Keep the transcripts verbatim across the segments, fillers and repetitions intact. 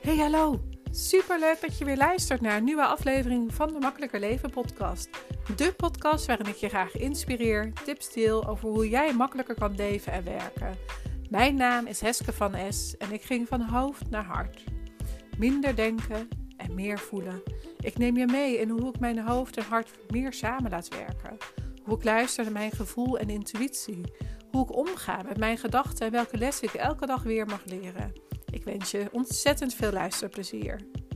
Hey, hallo! Superleuk dat je weer luistert naar een nieuwe aflevering van de Makkelijker Leven podcast. De podcast waarin ik je graag inspireer, tips deel over hoe jij makkelijker kan leven en werken. Mijn naam is Heske van Es en ik ging van hoofd naar hart. Minder denken en meer voelen. Ik neem je mee in hoe ik mijn hoofd en hart meer samen laat werken. Hoe ik luister naar mijn gevoel en intuïtie. Hoe ik omga met mijn gedachten en welke lessen ik elke dag weer mag leren. Ik wens je ontzettend veel luisterplezier.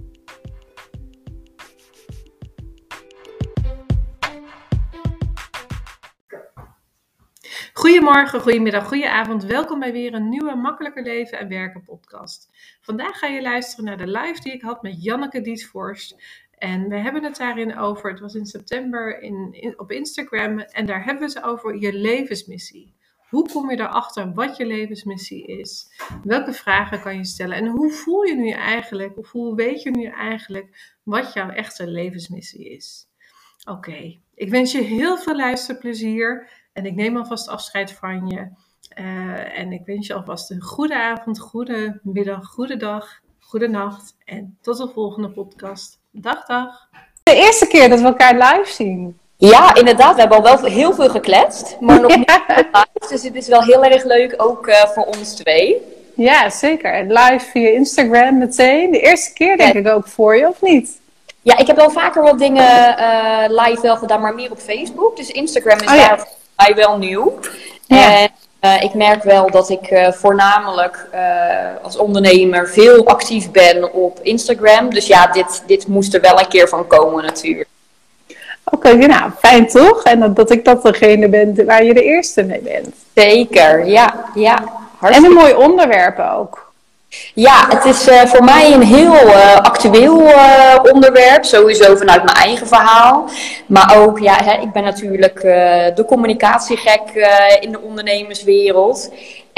Goedemorgen, goedemiddag, goedenavond. Welkom bij weer een nieuwe Makkelijker Leven en Werken podcast. Vandaag ga je luisteren naar de live die ik had met Janneke Dietvorst. En we hebben het daarin over, het was in september in, in, op Instagram. En daar hebben we het over je levensmissie. Hoe kom je erachter wat je levensmissie is? Welke vragen kan je stellen? En hoe voel je nu eigenlijk, of hoe weet je nu eigenlijk wat jouw echte levensmissie is? Oké, okay. Ik wens je heel veel luisterplezier en ik neem alvast afscheid van je. Uh, en ik wens je alvast een goede avond, goede middag, goede dag, goede nacht en tot de volgende podcast. Dag, dag. De eerste keer dat we elkaar live zien. Ja, inderdaad. We hebben al wel heel veel gekletst, maar nog niet live. Dus het is wel heel erg leuk, ook uh, voor ons twee. Ja, zeker. En live via Instagram meteen. De eerste keer denk ja. ik ook voor je, of niet? Ja, ik heb wel vaker wat dingen uh, live wel gedaan, maar meer op Facebook. Dus Instagram is oh, daar voor mij wel nieuw. Ja. En uh, ik merk wel dat ik uh, voornamelijk uh, als ondernemer veel actief ben op Instagram. Dus ja, dit, dit moest er wel een keer van komen natuurlijk. Oké, okay, nou, fijn toch? En dat, dat ik dat degene ben waar je de eerste mee bent. Zeker, ja. ja. En een mooi onderwerp ook. Ja, het is uh, voor mij een heel uh, actueel uh, onderwerp. Sowieso vanuit mijn eigen verhaal. Maar ook, ja, hè, ik ben natuurlijk uh, de communicatiegek uh, in de ondernemerswereld.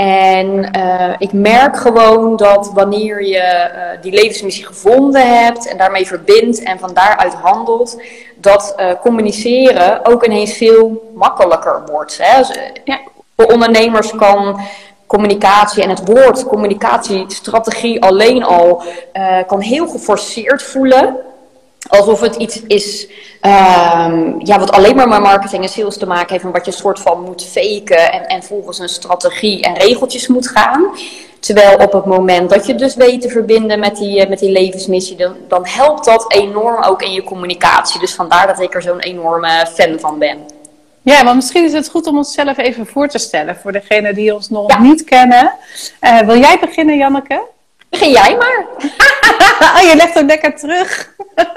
En uh, ik merk gewoon dat wanneer je uh, die levensmissie gevonden hebt en daarmee verbindt en van daaruit handelt, dat uh, communiceren ook ineens veel makkelijker wordt. Hè? Dus, uh, ja. Voor ondernemers kan communicatie en het woord communicatiestrategie alleen al uh, kan heel geforceerd voelen. Alsof het iets is um, ja, wat alleen maar met marketing en sales te maken heeft en wat je soort van moet faken en, en volgens een strategie en regeltjes moet gaan. Terwijl op het moment dat je dus weet te verbinden met die, met die levensmissie, dan, dan helpt dat enorm ook in je communicatie. Dus vandaar dat ik er zo'n enorme fan van ben. Ja, maar misschien is het goed om onszelf even voor te stellen voor degenen die ons nog ja. niet kennen. Uh, wil jij beginnen, Janneke? Begin jij maar. Oh, je legt ook lekker terug.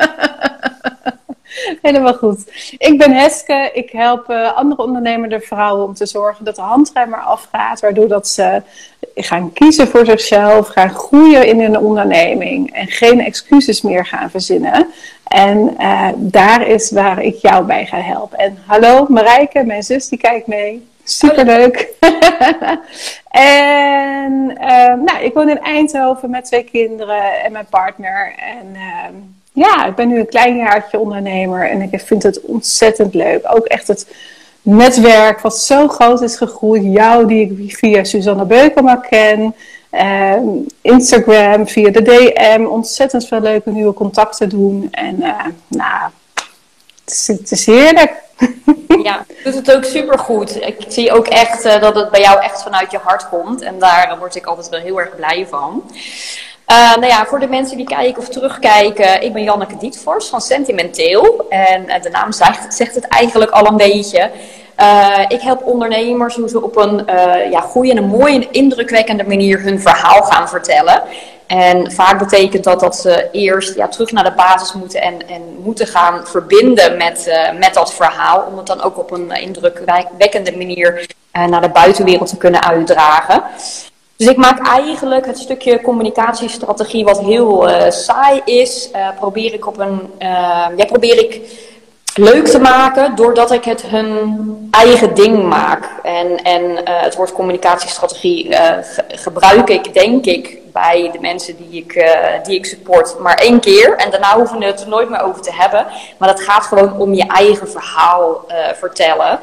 Helemaal goed. Ik ben Heske. Ik help uh, andere ondernemende vrouwen om te zorgen dat de handrem er afgaat. Waardoor dat ze gaan kiezen voor zichzelf, gaan groeien in hun onderneming. En geen excuses meer gaan verzinnen. En uh, daar is waar ik jou bij ga helpen. En hallo Marijke, mijn zus, die kijkt mee. Superleuk. En uh, nou, ik woon in Eindhoven met twee kinderen en mijn partner. En uh, ja, ik ben nu een klein jaartje ondernemer. En ik vind het ontzettend leuk. Ook echt het netwerk wat zo groot is gegroeid. Jou die ik via Suzanne Beukema ken. Uh, Instagram, via de D M. Ontzettend veel leuke nieuwe contacten doen. En uh, nou, het is, het is heerlijk. Ja, doet het ook supergoed. Ik zie ook echt uh, dat het bij jou echt vanuit je hart komt. En daar word ik altijd wel heel erg blij van. Uh, nou ja, voor de mensen die kijken of terugkijken. Ik ben Janneke Dietvorst van Sentimenteel. En uh, de naam zegt, zegt het eigenlijk al een beetje. Uh, ik help ondernemers hoe ze op een uh, ja, goede en een mooie en indrukwekkende manier hun verhaal gaan vertellen. En vaak betekent dat dat ze eerst ja, terug naar de basis moeten en, en moeten gaan verbinden met, uh, met dat verhaal. Om het dan ook op een indrukwekkende manier uh, naar de buitenwereld te kunnen uitdragen. Dus ik maak eigenlijk het stukje communicatiestrategie wat heel uh, saai is. Uh, probeer ik op een, uh, ja, probeer ik leuk te maken doordat ik het hun eigen ding maak. En, en uh, het woord communicatiestrategie uh, ge- gebruik ik, denk ik, bij de mensen die ik, uh, die ik support maar één keer. En daarna hoeven we het er nooit meer over te hebben. Maar het gaat gewoon om je eigen verhaal uh, vertellen.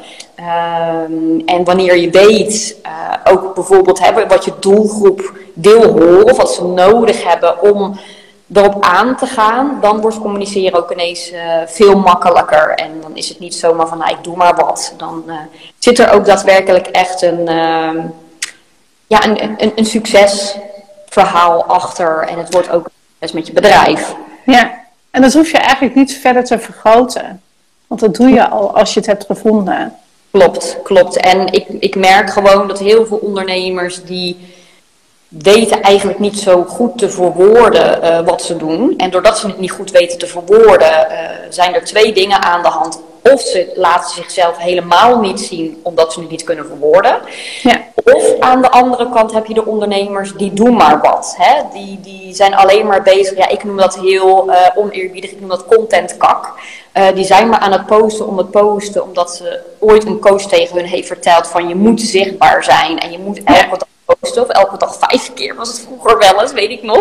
Um, en wanneer je weet, uh, ook bijvoorbeeld hebben wat je doelgroep wil horen of wat ze nodig hebben om erop aan te gaan, dan wordt communiceren ook ineens uh, veel makkelijker. En dan is het niet zomaar van, nou, ik doe maar wat. Dan uh, zit er ook daadwerkelijk echt een, uh, ja, een, een, een succesverhaal achter. En het wordt ook een succes met je bedrijf. Ja, en dat hoef je eigenlijk niet verder te vergroten. Want dat doe je al als je het hebt gevonden. Klopt, klopt. En ik, ik merk gewoon dat heel veel ondernemers die weten eigenlijk niet zo goed te verwoorden uh, wat ze doen. En doordat ze het niet goed weten te verwoorden, uh, zijn er twee dingen aan de hand. Of ze laten zichzelf helemaal niet zien, omdat ze het niet kunnen verwoorden. Ja. Of aan de andere kant heb je de ondernemers, die doen maar wat. Hè? Die, die zijn alleen maar bezig, ja, ik noem dat heel uh, oneerbiedig, ik noem dat contentkak. Uh, die zijn maar aan het posten om het posten, omdat ze ooit een coach tegen hun heeft verteld van je moet zichtbaar zijn en je moet elke dag posten, of elke dag vijf keer was het vroeger wel eens, weet ik nog.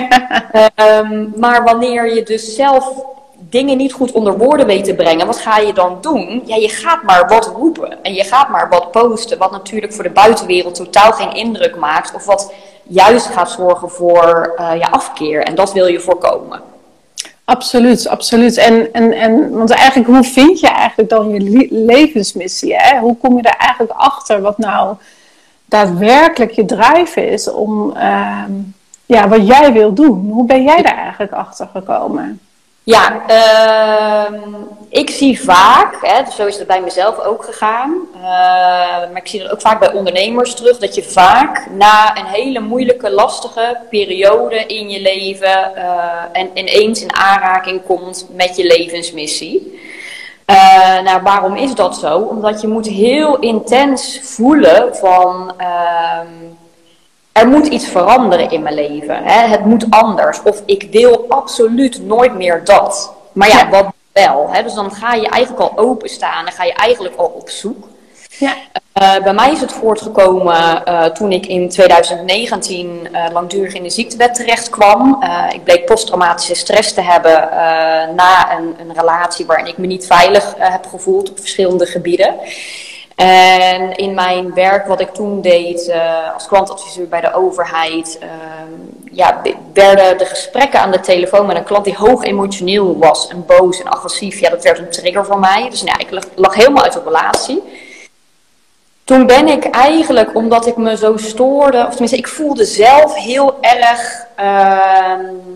Ja. Um, maar wanneer je dus zelf dingen niet goed onder woorden weet te brengen, wat ga je dan doen? Ja, je gaat maar wat roepen en je gaat maar wat posten, wat natuurlijk voor de buitenwereld totaal geen indruk maakt, of wat juist gaat zorgen voor uh, ja, afkeer. En dat wil je voorkomen. Absoluut, absoluut. En, en, en, want eigenlijk, hoe vind je eigenlijk dan je levensmissie? Hè? Hoe kom je er eigenlijk achter wat nou daadwerkelijk je drive is om uh, ja, wat jij wil doen? Hoe ben jij daar eigenlijk achter gekomen? Ja, uh, ik zie vaak, hè, dus zo is het bij mezelf ook gegaan, uh, maar ik zie dat ook vaak bij ondernemers terug, dat je vaak na een hele moeilijke, lastige periode in je leven uh, en ineens in aanraking komt met je levensmissie. Uh, nou, waarom is dat zo? Omdat je moet heel intens voelen van, uh, er moet iets veranderen in mijn leven. Hè? Het moet anders. Of ik wil absoluut nooit meer dat. Maar ja, ja. wat wel. Hè? Dus dan ga je eigenlijk al openstaan. Dan ga je eigenlijk al op zoek. Ja. Uh, bij mij is het voortgekomen uh, toen ik in twintig negentien uh, langdurig in de ziektewet terecht kwam. Uh, ik bleek posttraumatische stress te hebben uh, na een, een relatie waarin ik me niet veilig uh, heb gevoeld op verschillende gebieden. En in mijn werk wat ik toen deed uh, als klantadviseur bij de overheid, uh, ja, werden de gesprekken aan de telefoon met een klant die hoog emotioneel was en boos en agressief, ja, dat werd een trigger voor mij. Dus nou, ik lag, lag helemaal uit de relatie. Toen ben ik eigenlijk, omdat ik me zo stoorde, of tenminste ik voelde zelf heel erg uh,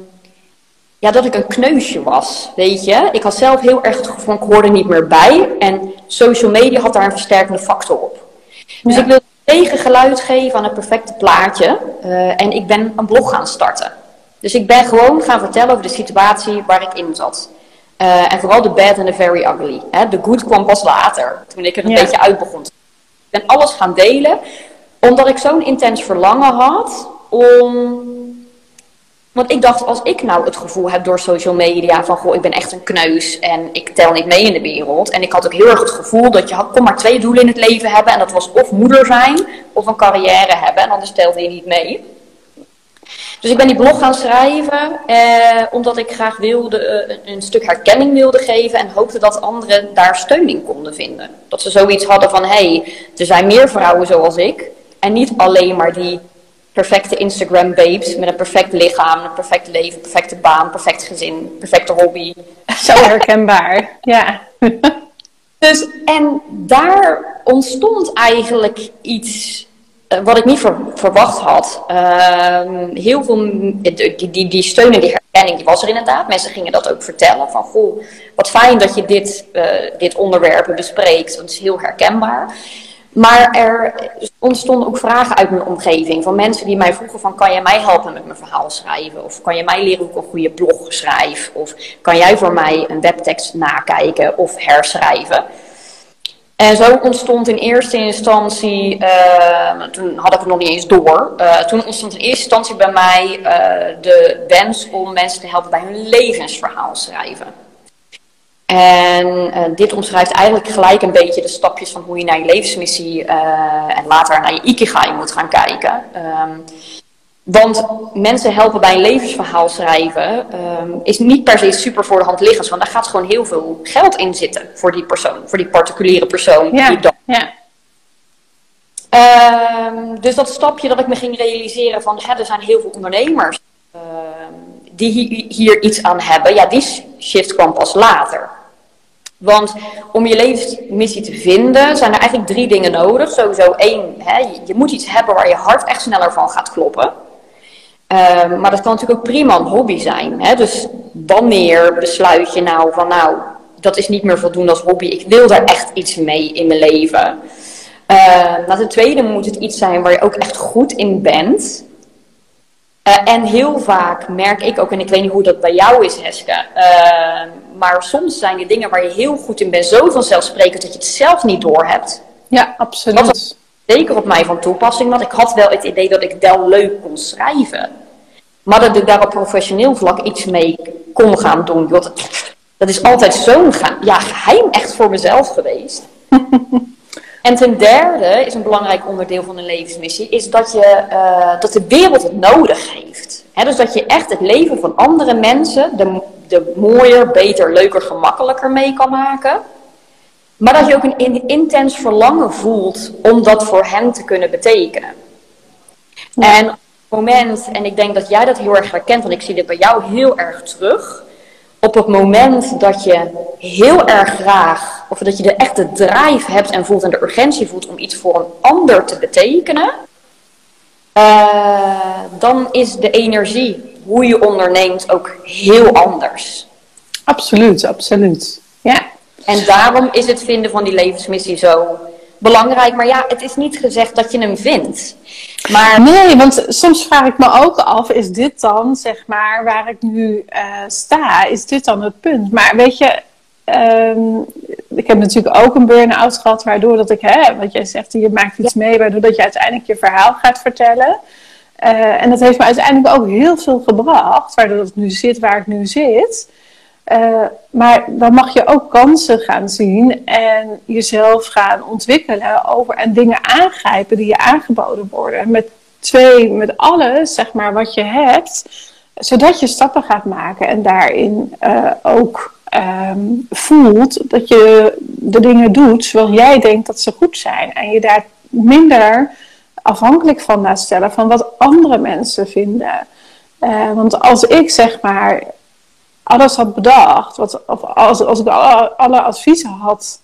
ja, dat ik een kneusje was, weet je. Ik had zelf heel erg het gevoel van ik hoorde niet meer bij en social media had daar een versterkende factor op. Dus ja. ik wilde tegengeluid geven aan het perfecte plaatje uh, en ik ben een blog gaan starten. Dus ik ben gewoon gaan vertellen over de situatie waar ik in zat. Uh, en vooral de bad and the very ugly. Hè. De good kwam pas later, toen ik er een ja. beetje uit begon. Ik ben alles gaan delen, omdat ik zo'n intens verlangen had om... Want ik dacht, als ik nou het gevoel heb door social media van, goh, ik ben echt een kneus en ik tel niet mee in de wereld. En ik had ook heel erg het gevoel dat je had, kon maar twee doelen in het leven hebben. En dat was of moeder zijn of een carrière hebben. En anders telde je niet mee. Dus ik ben die blog gaan schrijven, eh, omdat ik graag wilde, eh, een stuk herkenning wilde geven. En hoopte dat anderen daar steun in konden vinden. Dat ze zoiets hadden van, hé, hey, er zijn meer vrouwen zoals ik. En niet alleen maar die perfecte Instagram babes met een perfect lichaam, een perfect leven, perfecte baan, perfect gezin, perfecte hobby. Zo herkenbaar, ja. Dus, en daar ontstond eigenlijk iets uh, wat ik niet ver, verwacht had. Uh, heel veel, die, die, die steun en die herkenning, die was er inderdaad. Mensen gingen dat ook vertellen, van goh, wat fijn dat je dit, uh, dit onderwerp bespreekt, dat is heel herkenbaar. Maar er ontstonden ook vragen uit mijn omgeving van mensen die mij vroegen van, kan jij mij helpen met mijn verhaal schrijven? Of kan je mij leren hoe ik een goede blog schrijf? Of kan jij voor mij een webtekst nakijken of herschrijven? En zo ontstond in eerste instantie, uh, toen had ik het nog niet eens door, uh, toen ontstond in eerste instantie bij mij uh, de wens om mensen te helpen bij hun levensverhaal schrijven. En uh, dit omschrijft eigenlijk gelijk een beetje de stapjes van hoe je naar je levensmissie uh, en later naar je ikigai moet gaan kijken. Um, want mensen helpen bij een levensverhaal schrijven um, is niet per se super voor de hand liggend, want daar gaat gewoon heel veel geld in zitten voor die persoon, voor die particuliere persoon. Ja, die dan... ja. Um, dus dat stapje dat ik me ging realiseren van hè, er zijn heel veel ondernemers uh, die hi hier iets aan hebben, ja, die shift kwam pas later. Want om je levensmissie te vinden zijn er eigenlijk drie dingen nodig. Sowieso één, hè, je, je moet iets hebben waar je hart echt sneller van gaat kloppen. Um, maar dat kan natuurlijk ook prima een hobby zijn. Hè? Dus wanneer besluit je nou van nou, dat is niet meer voldoende als hobby. Ik wil daar echt iets mee in mijn leven. Uh, nou, ten tweede moet het iets zijn waar je ook echt goed in bent. Uh, en heel vaak merk ik ook, en ik weet niet hoe dat bij jou is, Heske. Uh, maar soms zijn die dingen waar je heel goed in bent zo vanzelfsprekend dat je het zelf niet doorhebt. Ja, absoluut. Dat was zeker op mij van toepassing, want ik had wel het idee dat ik wel leuk kon schrijven. Maar dat ik daar op professioneel vlak iets mee kon gaan doen. Dat, dat is altijd zo'n ja, geheim echt voor mezelf geweest. En ten derde is een belangrijk onderdeel van een levensmissie, is dat, je, uh, dat de wereld het nodig heeft. He, dus dat je echt het leven van andere mensen de, de mooier, beter, leuker, gemakkelijker mee kan maken. Maar dat je ook een in, intens verlangen voelt om dat voor hen te kunnen betekenen. Ja. En op het moment, en ik denk dat jij dat heel erg herkent, want ik zie dit bij jou heel erg terug. Op het moment dat je heel erg graag, of dat je de echte drive hebt en voelt en de urgentie voelt om iets voor een ander te betekenen, uh, dan is de energie, hoe je onderneemt, ook heel anders. Absoluut, absoluut. Ja. En daarom is het vinden van die levensmissie zo belangrijk. Maar ja, het is niet gezegd dat je hem vindt. Maar... Nee, want soms vraag ik me ook af, is dit dan, zeg maar, waar ik nu uh, sta, is dit dan het punt? Maar weet je, um, ik heb natuurlijk ook een burn-out gehad, waardoor dat ik, hè, wat jij zegt, je maakt iets mee, waardoor dat je uiteindelijk je verhaal gaat vertellen. Uh, en dat heeft me uiteindelijk ook heel veel gebracht, waardoor ik nu zit waar ik nu zit. Uh, maar dan mag je ook kansen gaan zien en jezelf gaan ontwikkelen over en dingen aangrijpen die je aangeboden worden. Met twee, met alles, zeg maar, wat je hebt, zodat je stappen gaat maken en daarin uh, ook um, voelt dat je de dingen doet zoals jij denkt dat ze goed zijn. En je daar minder afhankelijk van laat stellen van wat andere mensen vinden. Uh, want als ik, zeg maar, alles had bedacht, wat, of als, als ik alle, alle adviezen had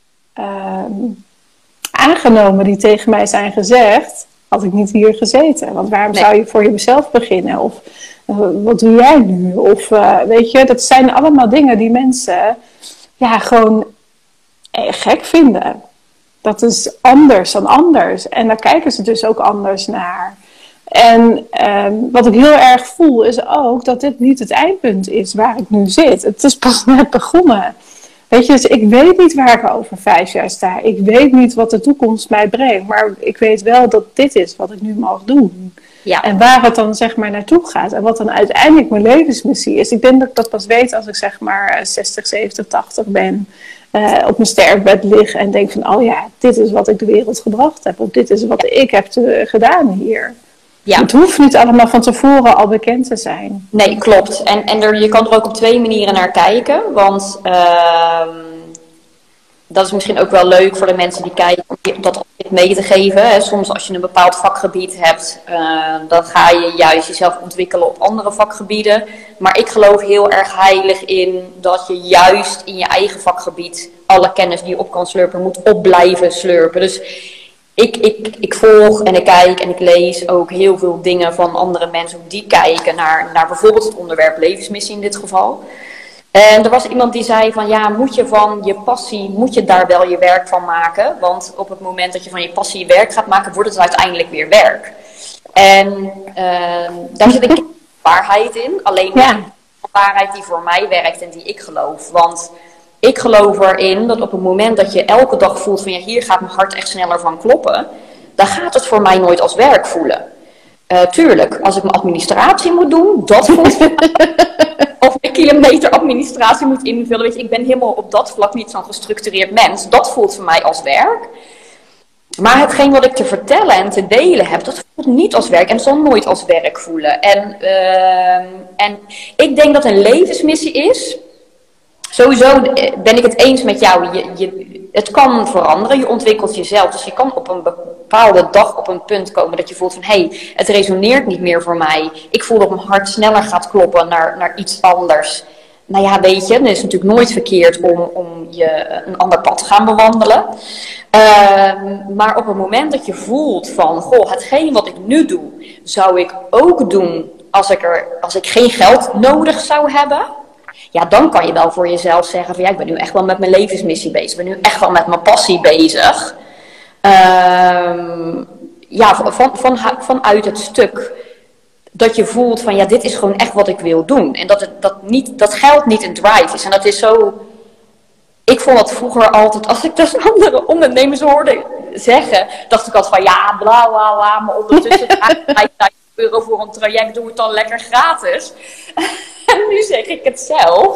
um, aangenomen die tegen mij zijn gezegd, had ik niet hier gezeten. Want waarom nee. zou je voor jezelf beginnen? Of uh, wat doe jij nu? Of uh, weet je, dat zijn allemaal dingen die mensen ja, gewoon eh, gek vinden. Dat is anders dan anders. En daar kijken ze dus ook anders naar. En um, wat ik heel erg voel is ook dat dit niet het eindpunt is waar ik nu zit. Het is pas net begonnen. Weet je, dus ik weet niet waar ik over vijf jaar sta. Ik weet niet wat de toekomst mij brengt. Maar ik weet wel dat dit is wat ik nu mag doen. Ja. En waar het dan, zeg maar, naartoe gaat. En wat dan uiteindelijk mijn levensmissie is. Ik denk dat ik dat pas weet als ik, zeg maar, zestig, zeventig, tachtig ben. Uh, op mijn sterfbed lig en denk van, oh ja, dit is wat ik de wereld gebracht heb. Of dit is wat ik heb te, gedaan hier. Ja. Het hoeft niet allemaal van tevoren al bekend te zijn. Nee, klopt. En, en er, je kan er ook op twee manieren naar kijken. Want uh, dat is misschien ook wel leuk voor de mensen die kijken om dat altijd mee te geven. Hè. Soms als je een bepaald vakgebied hebt, uh, dan ga je juist jezelf ontwikkelen op andere vakgebieden. Maar ik geloof heel erg heilig in dat je juist in je eigen vakgebied alle kennis die je op kan slurpen, moet op blijven slurpen. Dus Ik, ik, ik volg en ik kijk en ik lees ook heel veel dingen van andere mensen die kijken naar, naar bijvoorbeeld het onderwerp levensmissie in dit geval. En er was iemand die zei van ja, moet je van je passie, moet je daar wel je werk van maken? Want op het moment dat je van je passie je werk gaat maken, wordt het uiteindelijk weer werk. En uh, daar zit een waarheid in, alleen ja. een waarheid die voor mij werkt en die ik geloof. Want ik geloof erin dat op het moment dat je elke dag voelt van ja, hier gaat mijn hart echt sneller van kloppen, dan gaat het voor mij nooit als werk voelen. Uh, tuurlijk, als ik mijn administratie moet doen, dat voelt of ik kilometer administratie moet invullen. Weet je, ik ben helemaal op dat vlak niet zo'n gestructureerd mens. Dat voelt voor mij als werk. Maar hetgeen wat ik te vertellen en te delen heb, dat voelt niet als werk en zal nooit als werk voelen. En, uh, en ik denk dat een levensmissie is. Sowieso ben ik het eens met jou. Je, je, het kan veranderen, je ontwikkelt jezelf. Dus je kan op een bepaalde dag op een punt komen dat je voelt van... hé, hey, het resoneert niet meer voor mij. Ik voel dat mijn hart sneller gaat kloppen naar, naar iets anders. Nou ja, weet je, het is natuurlijk nooit verkeerd om, om je een ander pad te gaan bewandelen. Uh, maar op het moment dat je voelt van... goh, hetgeen wat ik nu doe, zou ik ook doen als ik, er, als ik geen geld nodig zou hebben... Ja, dan kan je wel voor jezelf zeggen van ja, ik ben nu echt wel met mijn levensmissie bezig. Ik ben nu echt wel met mijn passie bezig. Um, ja, van, van, vanuit het stuk dat je voelt van ja, dit is gewoon echt wat ik wil doen. En dat, het, dat, niet, dat geld niet een drive is. En dat is zo... Ik vond dat vroeger altijd, als ik dus andere ondernemers hoorde zeggen, dacht ik altijd van ja, bla bla bla, maar ondertussen vijfduizend euro voor een traject, doe het dan lekker gratis. En nu zeg ik het zelf.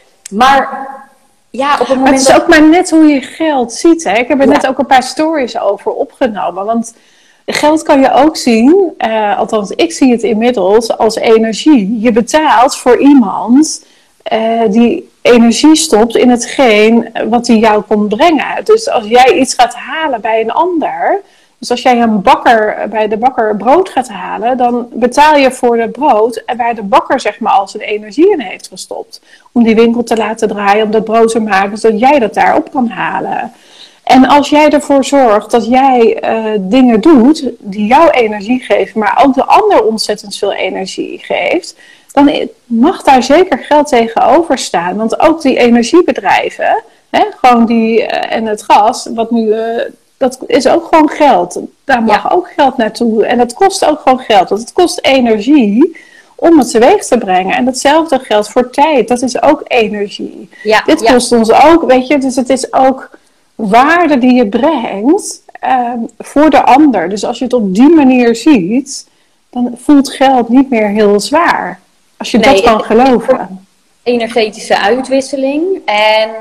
Maar ja, op het moment... Maar het is ook maar net hoe je geld ziet. Hè? Ik heb er ja. net ook een paar stories over opgenomen. Want geld kan je ook zien, uh, althans ik zie het inmiddels, als energie. Je betaalt voor iemand uh, die energie stopt in hetgeen wat hij jou komt brengen. Dus als jij iets gaat halen bij een ander... Dus als jij een bakker bij de bakker brood gaat halen, dan betaal je voor het brood en waar de bakker zeg maar al zijn energie in heeft gestopt. Om die winkel te laten draaien, om dat brood te maken, zodat jij dat daarop kan halen. En als jij ervoor zorgt dat jij uh, dingen doet die jou energie geven, maar ook de ander ontzettend veel energie geeft, dan mag daar zeker geld tegenover staan. Want ook die energiebedrijven, hè, gewoon die uh, en het gas, wat nu... Uh, Dat is ook gewoon geld. Daar mag ja. ook geld naartoe. En dat kost ook gewoon geld. Want het kost energie om het teweeg te brengen. En datzelfde geldt voor tijd. Dat is ook energie. Ja, Dit ja. kost ons ook, weet je. Dus het is ook waarde die je brengt um, voor de ander. Dus als je het op die manier ziet, dan voelt geld niet meer heel zwaar. Als je nee, dat kan geloven. Energetische uitwisseling. En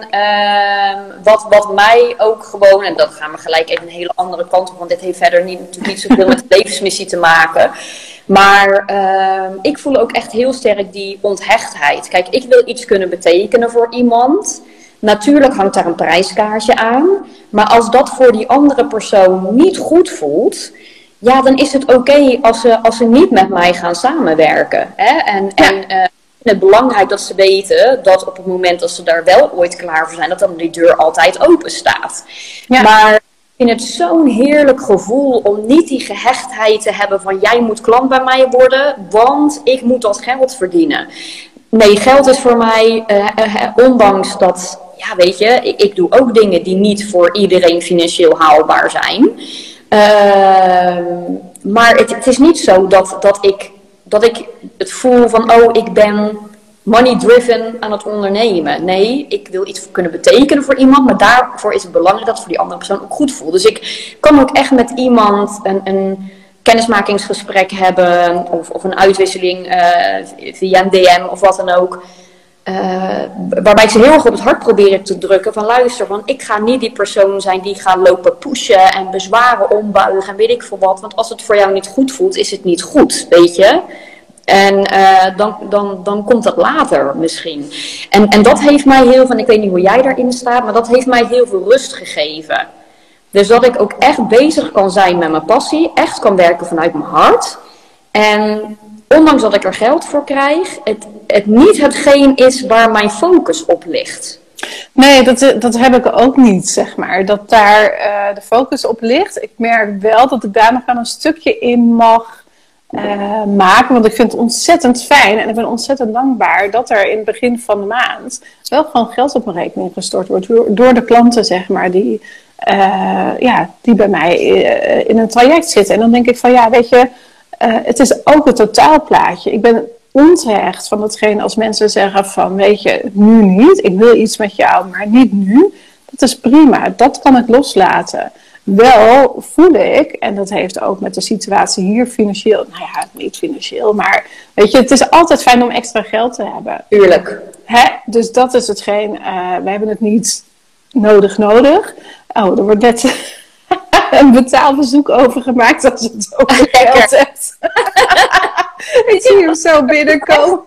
uh, wat, wat mij ook gewoon, en dat gaan we gelijk even een hele andere kant op, want dit heeft verder niet, natuurlijk niet zoveel met de levensmissie te maken. Maar uh, ik voel ook echt heel sterk die onthechtheid. Kijk, ik wil iets kunnen betekenen voor iemand. Natuurlijk hangt daar een prijskaartje aan. Maar als dat voor die andere persoon niet goed voelt, ja, dan is het oké okay als ze, als ze niet met mij gaan samenwerken. Hè? En, ja. en uh, het belangrijk dat ze weten dat op het moment dat ze daar wel ooit klaar voor zijn, dat dan die deur altijd open staat. Ja. Maar ik vind het zo'n heerlijk gevoel om niet die gehechtheid te hebben van jij moet klant bij mij worden, want ik moet dat geld verdienen. Nee, geld is voor mij, uh, uh, ondanks dat, ja weet je, ik, ik doe ook dingen die niet voor iedereen financieel haalbaar zijn. Uh, maar het, het is niet zo dat, dat ik... Dat ik het voel van, oh, ik ben money-driven aan het ondernemen. Nee, ik wil iets kunnen betekenen voor iemand, maar daarvoor is het belangrijk dat het voor die andere persoon ook goed voelt. Dus ik kan ook echt met iemand een, een kennismakingsgesprek hebben, of, of een uitwisseling uh, via een D M of wat dan ook. Uh, waarbij ik ze heel erg op het hart proberen te drukken van luister, van ik ga niet die persoon zijn die gaat lopen pushen en bezwaren ombuigen en weet ik veel wat. Want als het voor jou niet goed voelt, is het niet goed, weet je. En uh, dan, dan, dan komt dat later misschien. En, en dat heeft mij heel veel, ik weet niet hoe jij daarin staat, maar dat heeft mij heel veel rust gegeven. Dus dat ik ook echt bezig kan zijn met mijn passie, echt kan werken vanuit mijn hart. En ondanks dat ik er geld voor krijg, het, het niet hetgeen is waar mijn focus op ligt. Nee, dat, dat heb ik ook niet, zeg maar. Dat daar uh, de focus op ligt. Ik merk wel dat ik daar nog wel een stukje in mag uh, maken. Want ik vind het ontzettend fijn en ik ben ontzettend dankbaar dat er in het begin van de maand wel gewoon geld op mijn rekening gestort wordt. Door, door de klanten, zeg maar, die, uh, ja, die bij mij uh, in een traject zitten. En dan denk ik van, ja, weet je, Uh, het is ook het totaalplaatje. Ik ben onterecht van hetgeen als mensen zeggen van, weet je, nu niet. Ik wil iets met jou, maar niet nu. Dat is prima. Dat kan ik loslaten. wel voel ik, en dat heeft ook met de situatie hier financieel, nou ja, niet financieel, maar weet je, het is altijd fijn om extra geld te hebben. Tuurlijk. Hè? Dus dat is hetgeen, uh, we hebben het niet nodig nodig. Oh, er wordt net een betaalbezoek over gemaakt als je het over geld hebt. Ik zie hem zo binnenkomen.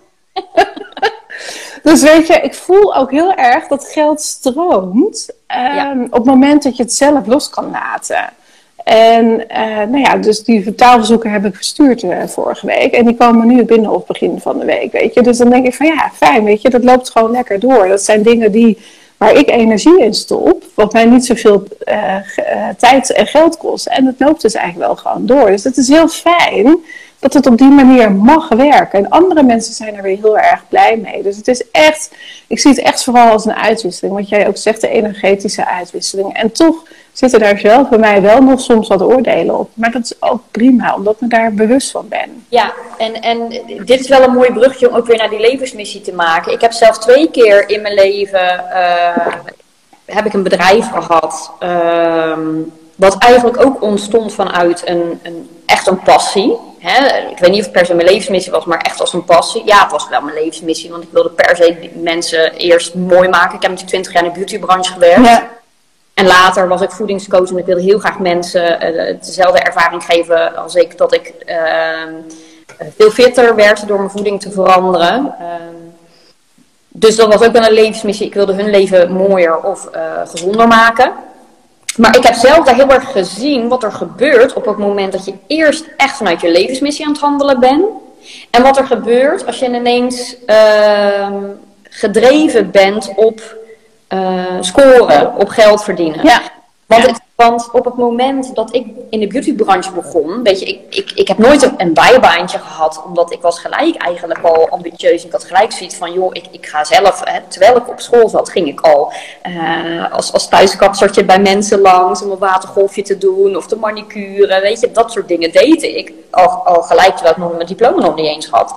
Dus weet je, ik voel ook heel erg dat geld stroomt um, ja. op het moment dat je het zelf los kan laten. En uh, nou ja, dus die vertaalverzoeken heb ik verstuurd uh, vorige week. En die komen nu binnen op het begin van de week, weet je. Dus dan denk ik van ja, fijn, weet je, dat loopt gewoon lekker door. Dat zijn dingen die, waar ik energie in stop, wat mij niet zoveel uh, uh, tijd en geld kost. En het loopt dus eigenlijk wel gewoon door. Dus het is heel fijn dat het op die manier mag werken. En andere mensen zijn er weer heel erg blij mee. Dus het is echt, ik zie het echt vooral als een uitwisseling. Wat jij ook zegt, de energetische uitwisseling. En toch zitten daar zelf bij mij wel nog soms wat oordelen op. Maar dat is ook prima, omdat ik me daar bewust van ben. Ja, en, en dit is wel een mooi brugje om ook weer naar die levensmissie te maken. Ik heb zelf twee keer in mijn leven uh, heb ik een bedrijf gehad. Uh, wat eigenlijk ook ontstond vanuit een, een, echt een passie. Hè? Ik weet niet of het per se mijn levensmissie was, maar echt als een passie. Ja, het was wel mijn levensmissie, want ik wilde per se mensen eerst mooi maken. Ik heb natuurlijk twintig jaar in de beautybranche gewerkt. Ja. En later was ik voedingscoach en ik wilde heel graag mensen uh, dezelfde ervaring geven als ik. Dat ik uh, veel fitter werd door mijn voeding te veranderen. Uh, dus dat was ook wel een levensmissie. Ik wilde hun leven mooier of uh, gezonder maken. Maar ik heb zelf daar heel erg gezien wat er gebeurt op het moment dat je eerst echt vanuit je levensmissie aan het handelen bent. En wat er gebeurt als je ineens uh, gedreven bent op uh, scoren, op geld verdienen. Ja. Want, het, want op het moment dat ik in de beautybranche begon, weet je, ik, ik, ik heb nooit een, een bijbaantje gehad, omdat ik was gelijk eigenlijk al ambitieus. Ik had gelijk zoiets van, joh, ik, ik ga zelf, hè, terwijl ik op school zat, ging ik al uh, als, als thuiskapsertje bij mensen langs om een watergolfje te doen of de manicure, weet je, dat soort dingen deed ik. Al, al gelijk, terwijl ik nog mijn diploma nog niet eens had.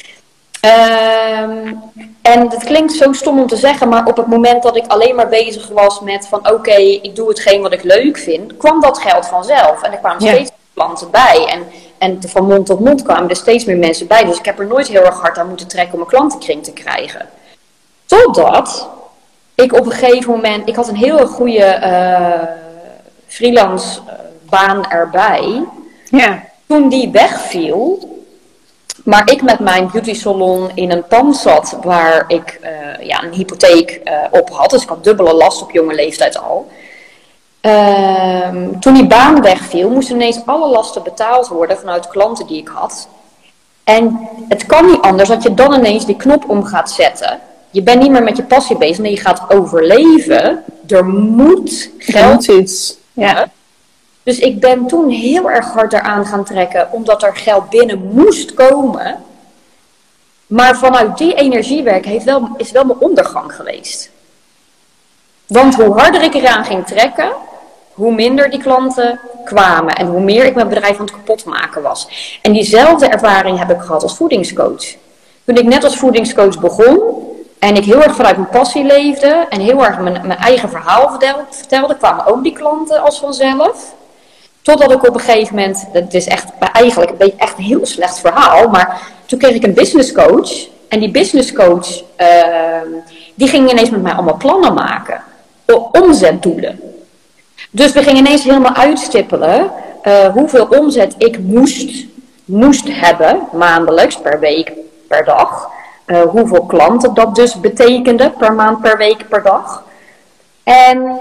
Um, en het klinkt zo stom om te zeggen, maar op het moment dat ik alleen maar bezig was met van oké, okay, ik doe hetgeen wat ik leuk vind, kwam dat geld vanzelf. En er kwamen steeds ja. klanten bij. En, en van mond tot mond kwamen er steeds meer mensen bij. Dus ik heb er nooit heel erg hard aan moeten trekken om een klantenkring te krijgen. Totdat ik op een gegeven moment, ik had een hele goede uh, freelance uh, baan erbij. Ja. Toen die wegviel, maar ik met mijn beauty salon in een pand zat waar ik uh, ja, een hypotheek uh, op had. Dus ik had dubbele last op jonge leeftijd al. Uh, toen die baan wegviel, moesten ineens alle lasten betaald worden vanuit de klanten die ik had. En het kan niet anders dat je dan ineens die knop om gaat zetten. Je bent niet meer met je passie bezig, maar je gaat overleven. Er moet geld iets. Ja. Dus ik ben toen heel erg hard eraan gaan trekken, omdat er geld binnen moest komen. Maar vanuit die energiewerk heeft wel, is wel mijn ondergang geweest. Want hoe harder ik eraan ging trekken, hoe minder die klanten kwamen. En hoe meer ik mijn bedrijf aan het kapotmaken was. En diezelfde ervaring heb ik gehad als voedingscoach. Toen ik net als voedingscoach begon en ik heel erg vanuit mijn passie leefde en heel erg mijn, mijn eigen verhaal vertelde, vertelde, kwamen ook die klanten als vanzelf. Totdat ik op een gegeven moment, dat is echt eigenlijk een beetje echt een heel slecht verhaal, maar toen kreeg ik een business coach. En die business coach, uh, die ging ineens met mij allemaal plannen maken. Omzetdoelen. Dus we gingen ineens helemaal uitstippelen uh, hoeveel omzet ik moest, moest hebben, maandelijks, per week, per dag. Uh, hoeveel klanten dat dus betekende, per maand, per week, per dag. En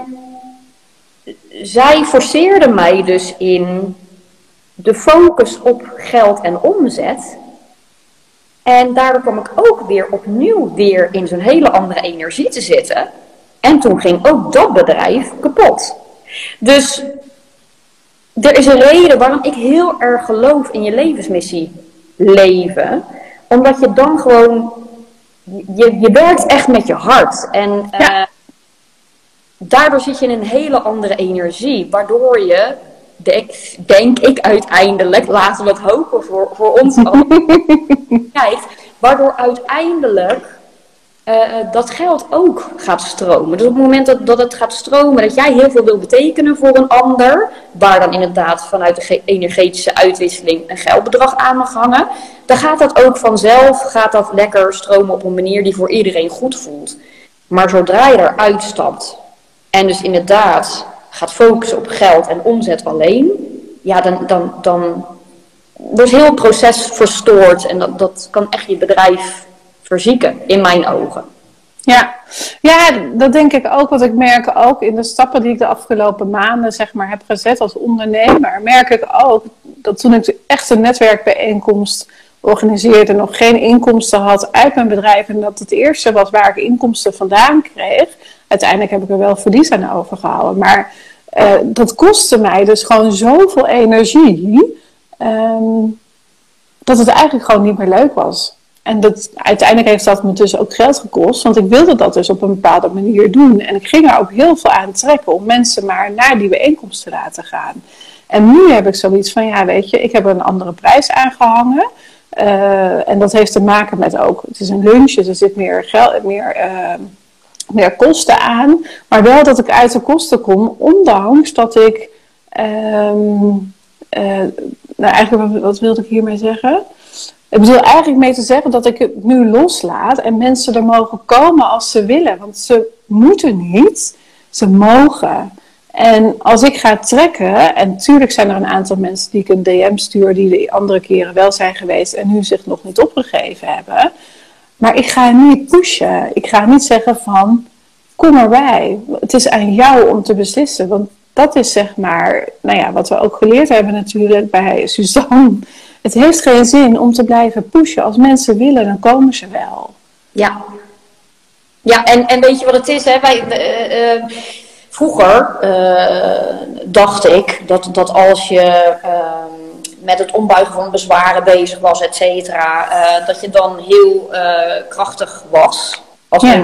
zij forceerde mij dus in de focus op geld en omzet. En daardoor kwam ik ook weer opnieuw weer in zo'n hele andere energie te zitten. En toen ging ook dat bedrijf kapot. Dus er is een reden waarom ik heel erg geloof in je levensmissie leven. Omdat je dan gewoon, je, je werkt echt met je hart. En ja. uh, daardoor zit je in een hele andere energie. Waardoor je, denk, denk ik uiteindelijk, laten we het hopen voor, voor ons al, kijkt. Waardoor uiteindelijk uh, dat geld ook gaat stromen. Dus op het moment dat, dat het gaat stromen, dat jij heel veel wil betekenen voor een ander, waar dan inderdaad vanuit de ge- energetische uitwisseling een geldbedrag aan mag hangen, dan gaat dat ook vanzelf, gaat dat lekker stromen op een manier die voor iedereen goed voelt. Maar zodra je eruit stapt en dus inderdaad gaat focussen op geld en omzet alleen, ja, dan, dan, dan wordt heel het proces verstoord en dat, dat kan echt je bedrijf verzieken, in mijn ogen. Ja. ja, dat denk ik ook. Wat ik merk ook in de stappen die ik de afgelopen maanden zeg maar, heb gezet als ondernemer, merk ik ook dat toen ik echt een netwerkbijeenkomst organiseerde, nog geen inkomsten had uit mijn bedrijf en dat het eerste was waar ik inkomsten vandaan kreeg. Uiteindelijk heb ik er wel verlies aan overgehouden, maar uh, dat kostte mij dus gewoon zoveel energie, um, dat het eigenlijk gewoon niet meer leuk was. En dat, uiteindelijk heeft dat me dus ook geld gekost, want ik wilde dat dus op een bepaalde manier doen. En ik ging er ook heel veel aan trekken om mensen maar naar die bijeenkomst te laten gaan. En nu heb ik zoiets van, ja weet je, ik heb er een andere prijs aangehangen. Uh, en dat heeft te maken met ook, het is een lunch, dus er zit meer, geld, meer, uh, meer kosten aan. Maar wel dat ik uit de kosten kom, ondanks dat ik, um, uh, nou eigenlijk, wat, wat wilde ik hiermee zeggen? Ik bedoel eigenlijk mee te zeggen dat ik het nu loslaat en mensen er mogen komen als ze willen. Want ze moeten niet, ze mogen. En als ik ga trekken, en natuurlijk zijn er een aantal mensen die ik een D M stuur die de andere keren wel zijn geweest en nu zich nog niet opgegeven hebben. Maar ik ga niet pushen. Ik ga niet zeggen van, kom erbij. Het is aan jou om te beslissen. Want dat is zeg maar, nou ja, wat we ook geleerd hebben natuurlijk bij Suzanne. Het heeft geen zin om te blijven pushen. Als mensen willen, dan komen ze wel. Ja, ja en, en weet je wat het is? Hè? Wij, uh, uh, vroeger uh, dacht ik dat, dat als je uh, met het ombuigen van bezwaren bezig was, et cetera, uh, dat je dan heel uh, krachtig was. Als ja. een...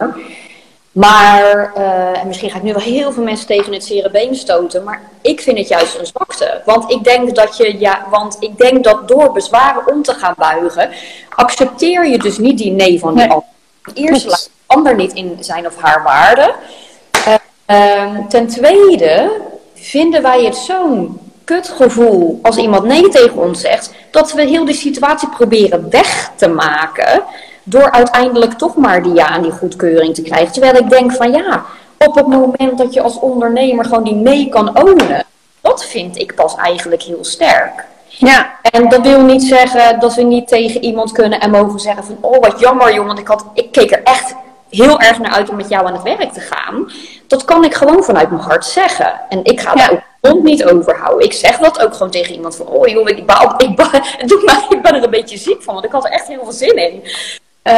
Maar, uh, en misschien ga ik nu wel heel veel mensen tegen het zere been stoten, maar ik vind het juist een zwakte. Want ik denk dat je, ja, want ik denk dat door bezwaren om te gaan buigen, accepteer je dus niet die nee van die nee. ander. Eerst laat de ander niet in zijn of haar waarde. Uh, uh, ten tweede vinden wij het zo'n kutgevoel als iemand nee tegen ons zegt, dat we heel die situatie proberen weg te maken, door uiteindelijk toch maar die ja en die goedkeuring te krijgen. Terwijl ik denk van ja, op het moment dat je als ondernemer gewoon die nee kan ownen, dat vind ik pas eigenlijk heel sterk. Ja. En dat wil niet zeggen dat we niet tegen iemand kunnen en mogen zeggen van oh wat jammer joh, want ik, had, ik keek er echt heel erg naar uit om met jou aan het werk te gaan. Dat kan ik gewoon vanuit mijn hart zeggen. En ik ga ja. daar ook mond niet overhouden. Ik zeg dat ook gewoon tegen iemand van oh joh, ik, baal, ik, baal, het doet mij, ik ben er een beetje ziek van, want ik had er echt heel veel zin in. Uh,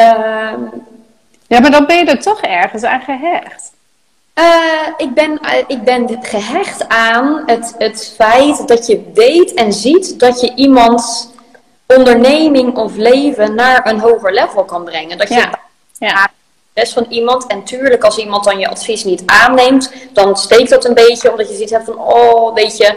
ja, maar dan ben je er toch ergens aan gehecht. Uh, ik, ben, uh, ik ben gehecht aan het, het feit dat je weet en ziet dat je iemands onderneming of leven naar een hoger level kan brengen. Dat je ja. Ja. best van iemand, en tuurlijk als iemand dan je advies niet aanneemt, dan steekt dat een beetje, omdat je ziet hebt van oh, weet je,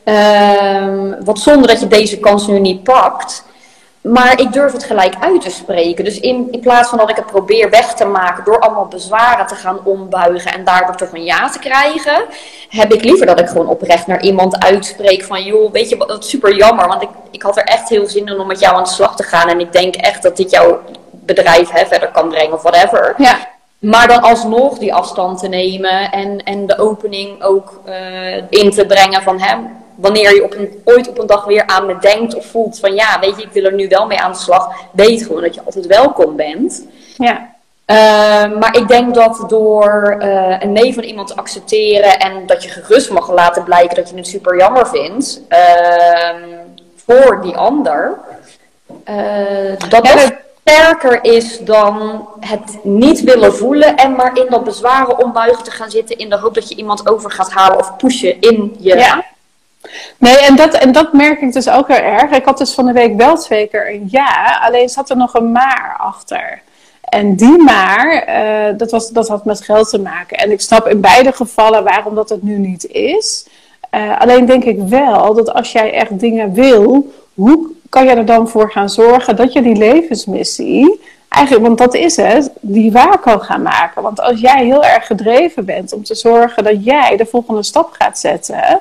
uh, wat zonde dat je deze kans nu niet pakt. Maar ik durf het gelijk uit te spreken. Dus in, in plaats van dat ik het probeer weg te maken door allemaal bezwaren te gaan ombuigen en daardoor toch een ja te krijgen, heb ik liever dat ik gewoon oprecht naar iemand uitspreek van joh, weet je, dat is super jammer, want ik, ik had er echt heel zin in om met jou aan de slag te gaan en ik denk echt dat dit jouw bedrijf hè, verder kan brengen of whatever. Ja. Maar dan alsnog die afstand te nemen en, en de opening ook uh, in te brengen van hem. Wanneer je op een, ooit op een dag weer aan me denkt of voelt van ja, weet je, ik wil er nu wel mee aan de slag. Weet gewoon dat je altijd welkom bent. Ja. Uh, maar ik denk dat door uh, een nee van iemand te accepteren en dat je gerust mag laten blijken dat je het super jammer vindt uh, voor die ander, uh, dat ja, dat sterker is dan het niet willen voelen en maar in dat bezwaren ombuigen te gaan zitten in de hoop dat je iemand over gaat halen of pushen in je... Ja. Nee, en dat, en dat merk ik dus ook heel erg. Ik had dus van de week wel twee keer een ja, alleen zat er nog een maar achter. En die maar, uh, dat, was, dat had met geld te maken. En ik snap in beide gevallen waarom dat het nu niet is. Uh, alleen denk ik wel dat als jij echt dingen wil, hoe kan je er dan voor gaan zorgen dat je die levensmissie eigenlijk, want dat is het, die waar kan gaan maken. Want als jij heel erg gedreven bent om te zorgen dat jij de volgende stap gaat zetten,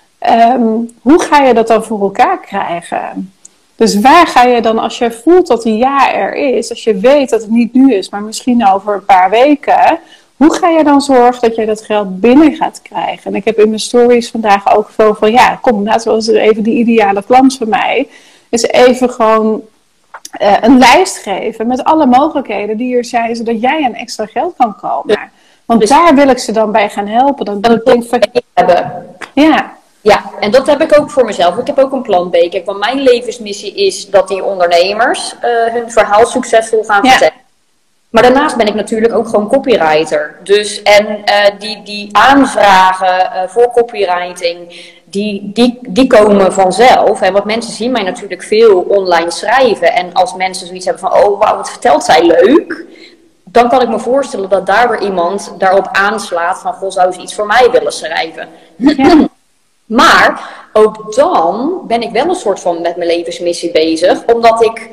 um, hoe ga je dat dan voor elkaar krijgen? Dus waar ga je dan, als je voelt dat die ja er is, als je weet dat het niet nu is, maar misschien over een paar weken, hoe ga je dan zorgen dat je dat geld binnen gaat krijgen? En ik heb in mijn stories vandaag ook veel van, ja, kom, laten we eens even die ideale klant van mij, is even gewoon uh, een lijst geven met alle mogelijkheden die er zijn, zodat jij aan extra geld kan komen. Want dus daar wil ik ze dan bij gaan helpen. Dan wil ik denk van, hebben. Ja. Ja, en dat heb ik ook voor mezelf. Ik heb ook een plan B. Kijk, want mijn levensmissie is dat die ondernemers uh, hun verhaal succesvol gaan Ja. vertellen. Maar daarnaast ben ik natuurlijk ook gewoon copywriter. Dus, en uh, die, die aanvragen uh, voor copywriting, die, die, die komen vanzelf. Hè? Want mensen zien mij natuurlijk veel online schrijven. En als mensen zoiets hebben van, oh wauw, wat vertelt zij leuk. Dan kan ik me voorstellen dat daar weer iemand daarop aanslaat van, goh, zou ze iets voor mij willen schrijven. Ja. Maar ook dan ben ik wel een soort van met mijn levensmissie bezig. Omdat ik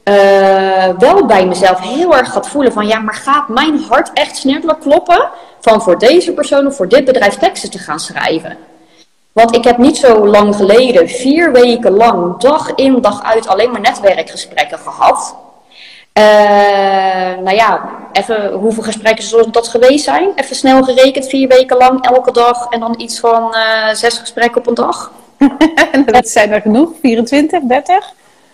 uh, wel bij mezelf heel erg gaat voelen van, ja, maar gaat mijn hart echt sneller kloppen van voor deze persoon of voor dit bedrijf teksten te gaan schrijven? Want ik heb niet zo lang geleden vier weken lang dag in dag uit alleen maar netwerkgesprekken gehad. Uh, nou ja, even hoeveel gesprekken zullen dat geweest zijn? Even snel gerekend, vier weken lang, elke dag en dan iets van uh, zes gesprekken op een dag. Dat zijn er genoeg, vierentwintig, dertig?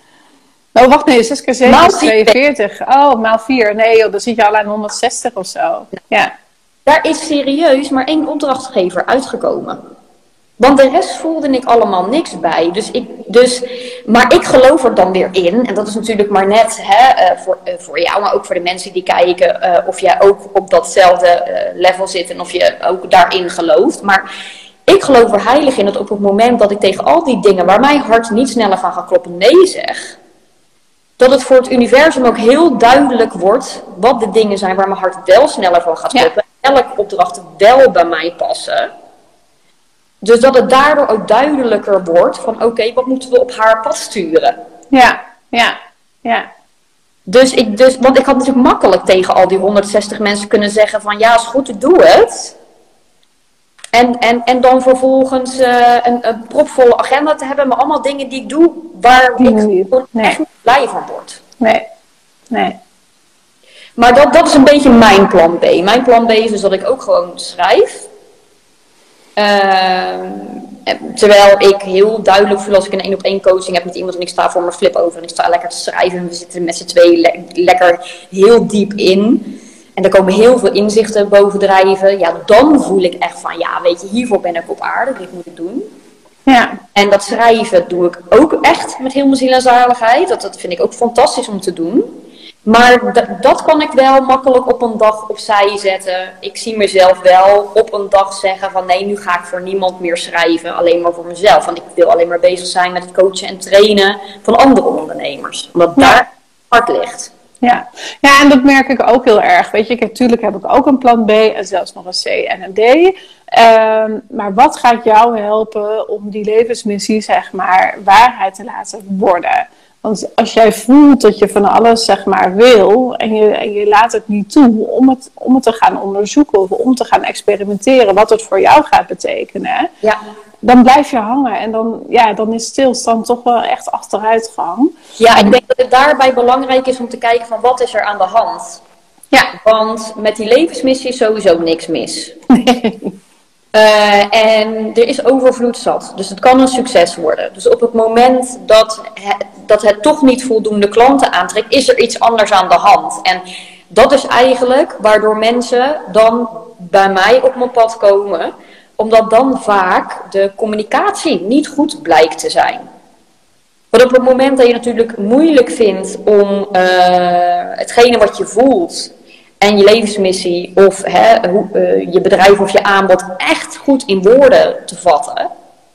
Oh, wacht, nee, zes keer zeven is tweeënveertig. Oh, maal vier. Nee joh, dan zit je al aan honderdzestig of zo. Ja. Daar is serieus maar één opdrachtgever uitgekomen. Want de rest voelde ik allemaal niks bij. Dus ik, dus, maar ik geloof er dan weer in. En dat is natuurlijk maar net hè, uh, voor, uh, voor jou, maar ook voor de mensen die kijken. Uh, of jij ook op datzelfde uh, level zit en of je ook daarin gelooft. Maar ik geloof er heilig in dat op het moment dat ik tegen al die dingen waar mijn hart niet sneller van gaat kloppen nee zeg. Dat het voor het universum ook heel duidelijk wordt wat de dingen zijn waar mijn hart wel sneller van gaat kloppen. Ja. En elke opdracht wel bij mij passen. Dus dat het daardoor ook duidelijker wordt van oké, okay, wat moeten we op haar pad sturen? Ja, ja, ja. Dus ik, dus, want ik had natuurlijk makkelijk tegen al die honderdzestig mensen kunnen zeggen van ja, is goed, ik doe het. En, en, en dan vervolgens uh, een, een propvolle agenda te hebben met allemaal dingen die ik doe waar die ik gewoon nee. echt niet blij van word. Nee, nee. Maar dat, dat is een beetje mijn plan B. Mijn plan B is dus dat ik ook gewoon schrijf. Uh, terwijl ik heel duidelijk voel als ik een één op één coaching heb met iemand en ik sta voor mijn flip over en ik sta lekker te schrijven en we zitten met z'n tweeën le- lekker heel diep in en er komen heel veel inzichten bovendrijven, ja, dan voel ik echt van ja, weet je, hiervoor ben ik op aarde, dit moet ik doen. Ja. En dat schrijven doe ik ook echt met heel mijn ziel en zaligheid, dat, dat vind ik ook fantastisch om te doen. Maar d- dat kan ik wel makkelijk op een dag opzij zetten. Ik zie mezelf wel op een dag zeggen van nee, nu ga ik voor niemand meer schrijven. Alleen maar voor mezelf. Want ik wil alleen maar bezig zijn met het coachen en trainen van andere ondernemers. Omdat ja. daar hart ligt. Ja. ja, en dat merk ik ook heel erg. Weet je, natuurlijk heb ik ook een plan B en zelfs nog een C en een D. Um, maar wat gaat jou helpen om die levensmissie, zeg maar, waarheid te laten worden? Want als jij voelt dat je van alles, zeg maar, wil en je, en je laat het niet toe om het, om het te gaan onderzoeken of om te gaan experimenteren wat het voor jou gaat betekenen, ja. dan blijf je hangen en dan, ja, dan is stilstand toch wel echt achteruitgang. Ja, ik denk dat het daarbij belangrijk is om te kijken van wat is er aan de hand. Ja. Want met die levensmissie is sowieso niks mis. Nee. Uh, en er is overvloed zat. Dus het kan een succes worden. Dus op het moment dat het, dat het toch niet voldoende klanten aantrekt, is er iets anders aan de hand. En dat is eigenlijk waardoor mensen dan bij mij op mijn pad komen. Omdat dan vaak de communicatie niet goed blijkt te zijn. Want op het moment dat je natuurlijk moeilijk vindt om uh, hetgene wat je voelt en je levensmissie of hè, hoe, uh, je bedrijf of je aanbod echt goed in woorden te vatten.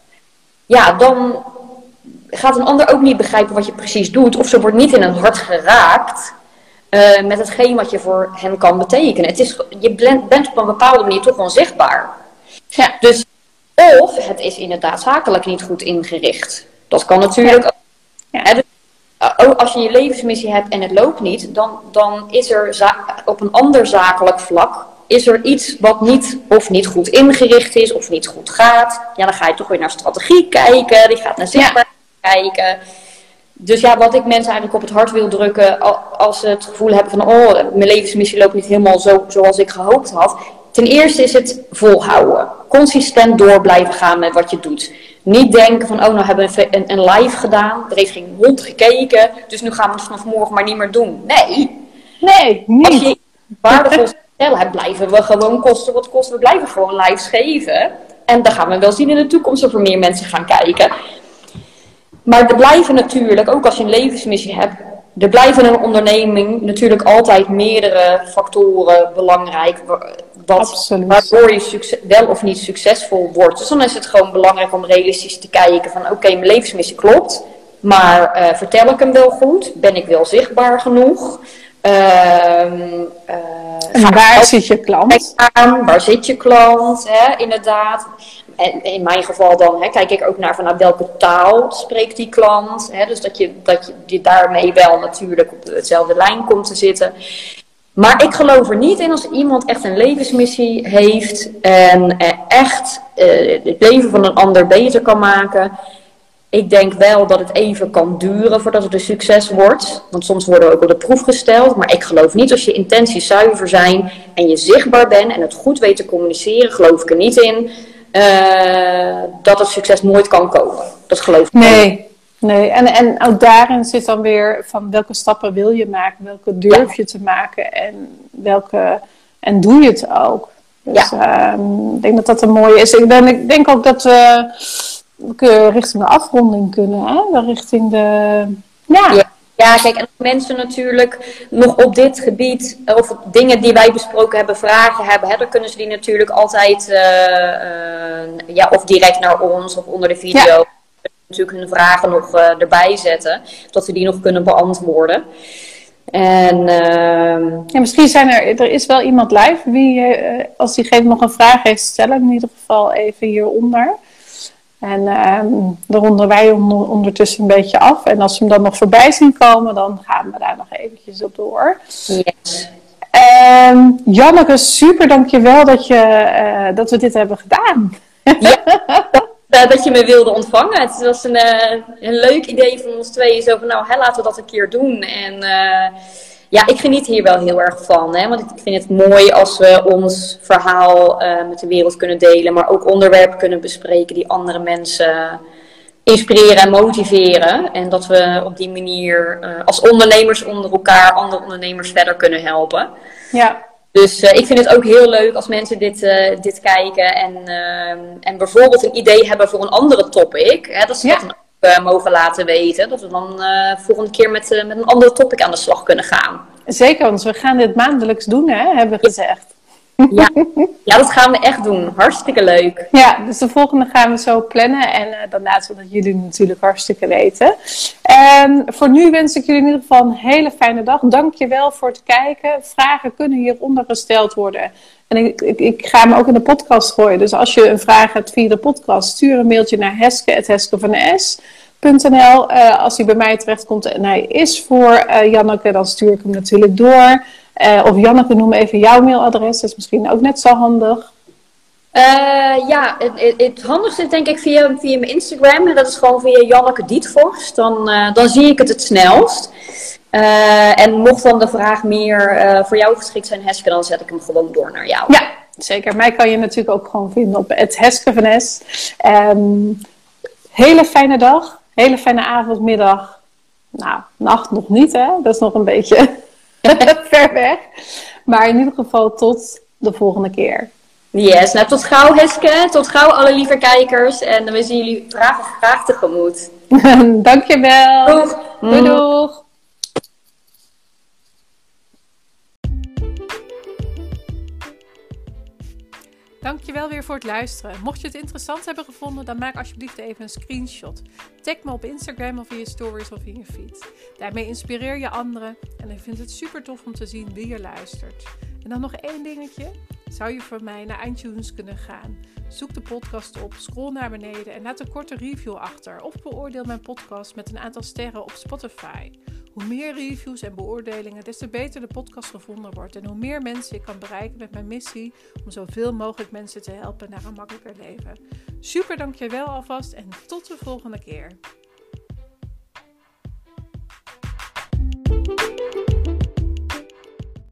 Ja, dan gaat een ander ook niet begrijpen wat je precies doet. Of ze wordt niet in hun hart geraakt uh, met hetgeen wat je voor hen kan betekenen. Het is, je bent op een bepaalde manier toch onzichtbaar. Ja. Dus of het is inderdaad zakelijk niet goed ingericht. Dat kan natuurlijk ook. Ja. Hè, dus uh, als je je levensmissie hebt en het loopt niet, dan, dan is er za- op een ander zakelijk vlak, is er iets wat niet of niet goed ingericht is of niet goed gaat. Ja, dan ga je toch weer naar strategie kijken, die gaat naar zichtbaarheid ja. kijken. Dus ja, wat ik mensen eigenlijk op het hart wil drukken, als ze het gevoel hebben van, oh, mijn levensmissie loopt niet helemaal zo zoals ik gehoopt had. Ten eerste is het volhouden. Consistent door blijven gaan met wat je doet. Niet denken van, oh, nou hebben we een, een live gedaan. Er heeft geen hond gekeken. Dus nu gaan we het vanaf morgen maar niet meer doen. Nee. Nee, niet. Als je waardevol stellen hebt, blijven we gewoon kosten wat kost. We blijven gewoon lives geven. En dan gaan we wel zien in de toekomst of er meer mensen gaan kijken. Maar er blijven natuurlijk, ook als je een levensmissie hebt, er blijven in een onderneming natuurlijk altijd meerdere factoren belangrijk. Wat, waardoor je succes, wel of niet succesvol wordt. Dus dan is het gewoon belangrijk om realistisch te kijken van oké, okay, mijn levensmissie klopt. Maar uh, vertel ik hem wel goed? Ben ik wel zichtbaar genoeg? Uh, uh, en waar zit je klant? Aan, waar zit je klant? Hè? Inderdaad. En in mijn geval dan hè, kijk ik ook naar van nou, welke taal spreekt die klant. Hè? Dus dat je, dat je, je daarmee wel natuurlijk op dezelfde lijn komt te zitten. Maar ik geloof er niet in als iemand echt een levensmissie heeft en echt uh, het leven van een ander beter kan maken. Ik denk wel dat het even kan duren voordat het een succes wordt. Want soms worden we ook op de proef gesteld. Maar ik geloof niet als je intenties zuiver zijn en je zichtbaar bent en het goed weet te communiceren, geloof ik er niet in uh, dat het succes nooit kan komen. Dat geloof ik niet. Nee. Nee, en, en ook daarin zit dan weer van welke stappen wil je maken, welke durf je te maken en welke en doe je het ook. Dus ja. um, ik denk dat dat een mooie is. Ik, ben, ik denk ook dat we, we richting de afronding kunnen, hè? Richting de... Ja. ja. Ja, kijk, en mensen natuurlijk nog op dit gebied, of dingen die wij besproken hebben, vragen hebben, hè, dan kunnen ze die natuurlijk altijd, uh, uh, ja, of direct naar ons of onder de video. Ja. Natuurlijk hun vragen nog uh, erbij zetten, dat we die nog kunnen beantwoorden. En, uh... ja, misschien zijn er, er is wel iemand live wie, uh, als diegene nog een vraag heeft, stel hem in ieder geval even hieronder. En uh, dan ronden wij onder, ondertussen een beetje af. En als we hem dan nog voorbij zien komen, dan gaan we daar nog eventjes op door. Yes. Uh, Janneke, super dankjewel dat, je, uh, dat we dit hebben gedaan. Ja. Uh, dat je me wilde ontvangen. Het was een, uh, een leuk idee van ons tweeën. Zo van, nou, hè, laten we dat een keer doen. En uh, ja, ik geniet hier wel heel erg van. Hè, want ik vind het mooi als we ons verhaal uh, met de wereld kunnen delen. Maar ook onderwerpen kunnen bespreken die andere mensen inspireren en motiveren. En dat we op die manier uh, als ondernemers onder elkaar andere ondernemers verder kunnen helpen. Ja. Dus uh, ik vind het ook heel leuk als mensen dit, uh, dit kijken en, uh, en bijvoorbeeld een idee hebben voor een andere topic. Hè, dat ze ja. dat dan ook uh, mogen laten weten. Dat we dan uh, volgende keer met, uh, met een andere topic aan de slag kunnen gaan. Zeker, want we gaan dit maandelijks doen, hè, hebben we gezegd. Ja. ja, dat gaan we echt doen. Hartstikke leuk. Ja, dus de volgende gaan we zo plannen. En uh, dan laten we dat jullie natuurlijk hartstikke weten. En voor nu wens ik jullie in ieder geval een hele fijne dag. Dank je wel voor het kijken. Vragen kunnen hieronder gesteld worden. En ik, ik, ik ga hem ook in de podcast gooien. Dus als je een vraag hebt via de podcast, stuur een mailtje naar heske at heskevanes punt n l. Uh, als hij bij mij terechtkomt en hij is voor uh, Janneke, dan stuur ik hem natuurlijk door. Uh, of Janneke, noem even jouw mailadres. Dat is misschien ook net zo handig. Uh, ja, het, het, het handigste is denk ik via, via mijn Instagram. En dat is gewoon via Janneke Dietvorst. Dan, uh, dan zie ik het het snelst. Uh, en mocht dan de vraag meer uh, voor jou geschikt zijn, Heske, dan zet ik hem gewoon door naar jou. Ja, zeker. Mij kan je natuurlijk ook gewoon vinden op het heskevanes. Um, hele fijne dag. Hele fijne avond, middag. Nou, nacht nog niet, hè. Dat is nog een beetje ver weg. Maar in ieder geval tot de volgende keer. Yes, nou tot gauw Heske. Tot gauw alle lieve kijkers. En we zien jullie vragen graag tegemoet. Dankjewel. Doeg. Doei doeg. Dankjewel weer voor het luisteren. Mocht je het interessant hebben gevonden, dan maak alsjeblieft even een screenshot. Tag me op Instagram of in je stories of in je feed. Daarmee inspireer je anderen en ik vind het super tof om te zien wie je luistert. En dan nog één dingetje. zou je voor mij naar iTunes kunnen gaan. Zoek de podcast op, scroll naar beneden en laat een korte review achter. Of beoordeel mijn podcast met een aantal sterren op Spotify. Hoe meer reviews en beoordelingen, des te beter de podcast gevonden wordt. En hoe meer mensen ik kan bereiken met mijn missie om zoveel mogelijk mensen te helpen naar een makkelijker leven. Super, dankjewel alvast en tot de volgende keer.